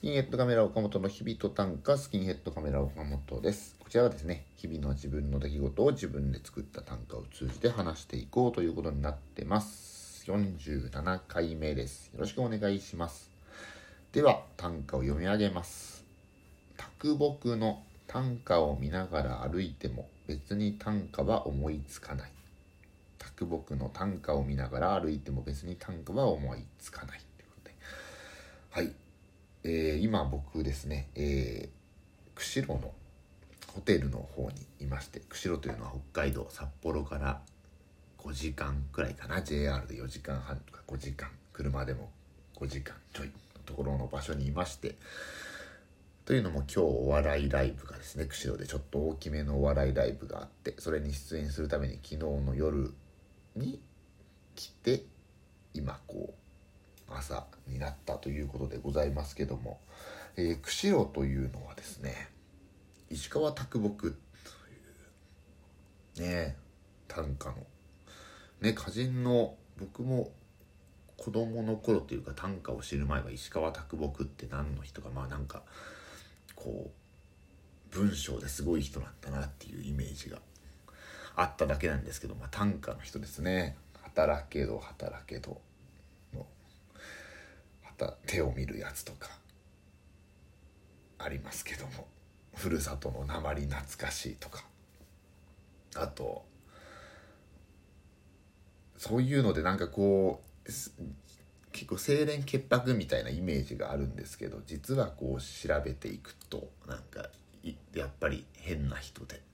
キンヘッドカメラ岡本の日々と短歌、スキンヘッドカメラ岡本です。こちらはですね、日々の自分の出来事を自分で作った短歌を通じて話していこうということになってます。47回目です。よろしくお願いします。では短歌を読み上げます。卓木の短歌を見ながら歩いても別に短歌は思いつかない。卓木の短歌を見ながら歩いても別に短歌は思いつかないということで、はい、今僕ですね、釧路のホテルの方にいまして、釧路というのは北海道札幌から5時間くらいかな、 JR で4時間半とか5時間、車でも5時間ちょいのところの場所にいまして、というのも今日お笑いライブがですね、釧路でちょっと大きめのお笑いライブがあって、それに出演するために昨日の夜に来て、今朝になったということでございますけども、釧路というのはですね、石川啄木というね、短歌のね、歌人の、僕も子供の頃というか短歌を知る前は石川啄木って何の人か、なんか文章ですごい人なんだなっていうイメージがあっただけなんですけど、短歌の人ですね。働けどの手を見るやつとかありますけども、ふるさとの訛り懐かしいとか、あとそういうので結構清廉潔白みたいなイメージがあるんですけど、実は調べていくとやっぱり変な人で、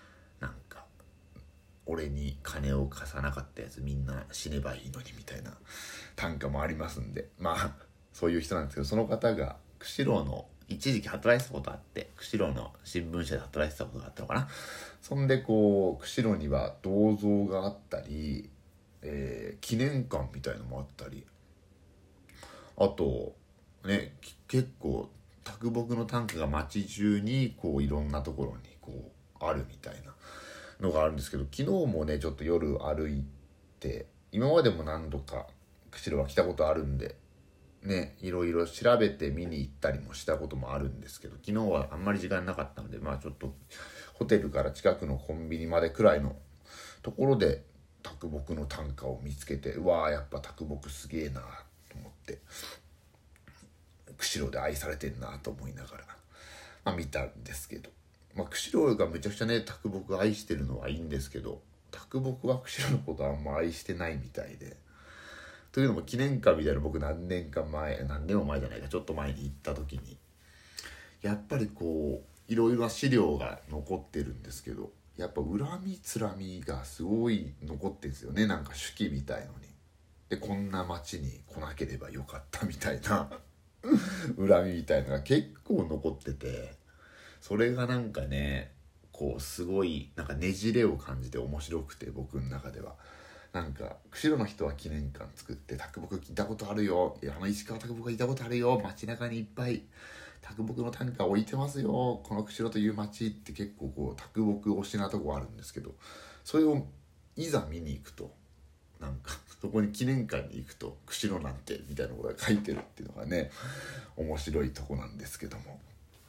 俺に金を貸さなかったやつみんな死ねばいいのにみたいな短歌もありますんで、そういう人なんですけど、その方が釧路の一時期働いてたことあって、釧路の新聞社で働いてたことがあったのかな。そんで釧路には銅像があったり、記念館みたいのもあったり、あとね、結構啄木の短歌が街中にいろんなところにあるみたいなのがあるんですけど、昨日もねちょっと夜歩いて、今までも何度か釧路は来たことあるんでね、いろいろ調べて見に行ったりもしたこともあるんですけど、昨日はあんまり時間なかったので、ちょっとホテルから近くのコンビニまでくらいのところで啄木の短歌を見つけて、やっぱ啄木すげえなと思って、釧路で愛されてんなと思いながら、見たんですけど、釧路がめちゃくちゃね啄木愛してるのはいいんですけど、啄木は釧路のことあんま愛してないみたいで、というのも記念館みたいな、僕何年も前じゃないか、ちょっと前に行った時にやっぱりいろいろな資料が残ってるんですけど、やっぱ恨みつらみがすごい残ってるんですよね。手記みたいのに、でこんな街に来なければよかったみたいな恨みみたいのが結構残ってて、それがすごいねじれを感じて面白くて、僕の中では釧路の人は記念館作って啄木聞いたことあるよ、石川啄木がいたことあるよ、街中にいっぱい啄木の短歌置いてますよ、この釧路という街って結構啄木推しなとこあるんですけど、それをいざ見に行くとそこに記念館に行くと釧路なんてみたいなことが書いてるっていうのがね面白いとこなんですけども、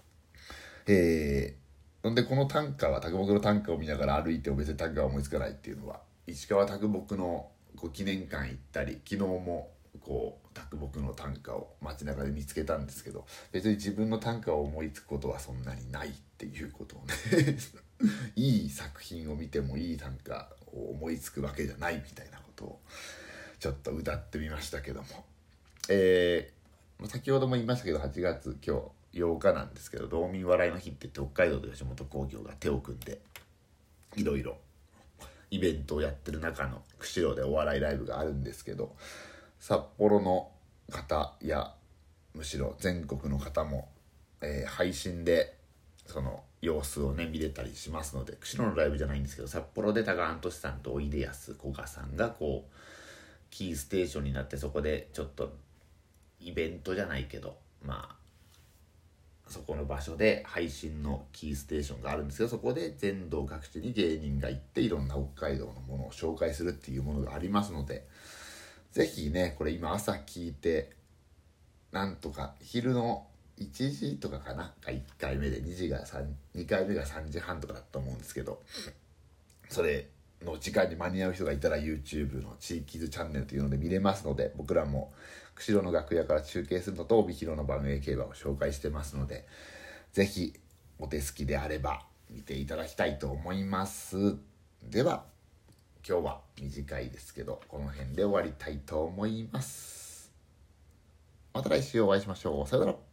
なんでこの短歌は啄木の短歌を見ながら歩いても別に短歌は思いつかないっていうのは、石川啄木の記念館行ったり、昨日も啄木の短歌を街中で見つけたんですけど、別に自分の短歌を思いつくことはそんなにないっていうことをねいい作品を見てもいい短歌を思いつくわけじゃないみたいなことをちょっと歌ってみましたけども、先ほども言いましたけど8月今日8日なんですけど、道民笑いの日って言って北海道で吉本興業が手を組んでいろいろイベントをやってる中の釧路でお笑いライブがあるんですけど、札幌の方やむしろ全国の方も、配信でその様子をね見れたりしますので、釧路のライブじゃないんですけど、札幌で高安俊さんとおいでやすこがさんがキーステーションになって、そこでちょっとイベントじゃないけどそこの場所で配信のキーステーションがあるんですけど、そこで全道各地に芸人が行っていろんな北海道のものを紹介するっていうものがありますので、ぜひねこれ今朝聞いてなんとか昼の 1時とかかなが1回目で2回目が3時半とかだと思うんですけど、それの時間に間に合う人がいたら YouTube の地域図チャンネルというので見れますので、僕らも釧路の楽屋から中継するのと帯広の番名競馬を紹介してますので、ぜひお手すきであれば見ていただきたいと思います。では今日は短いですけどこの辺で終わりたいと思います。また来週お会いしましょう。さよなら。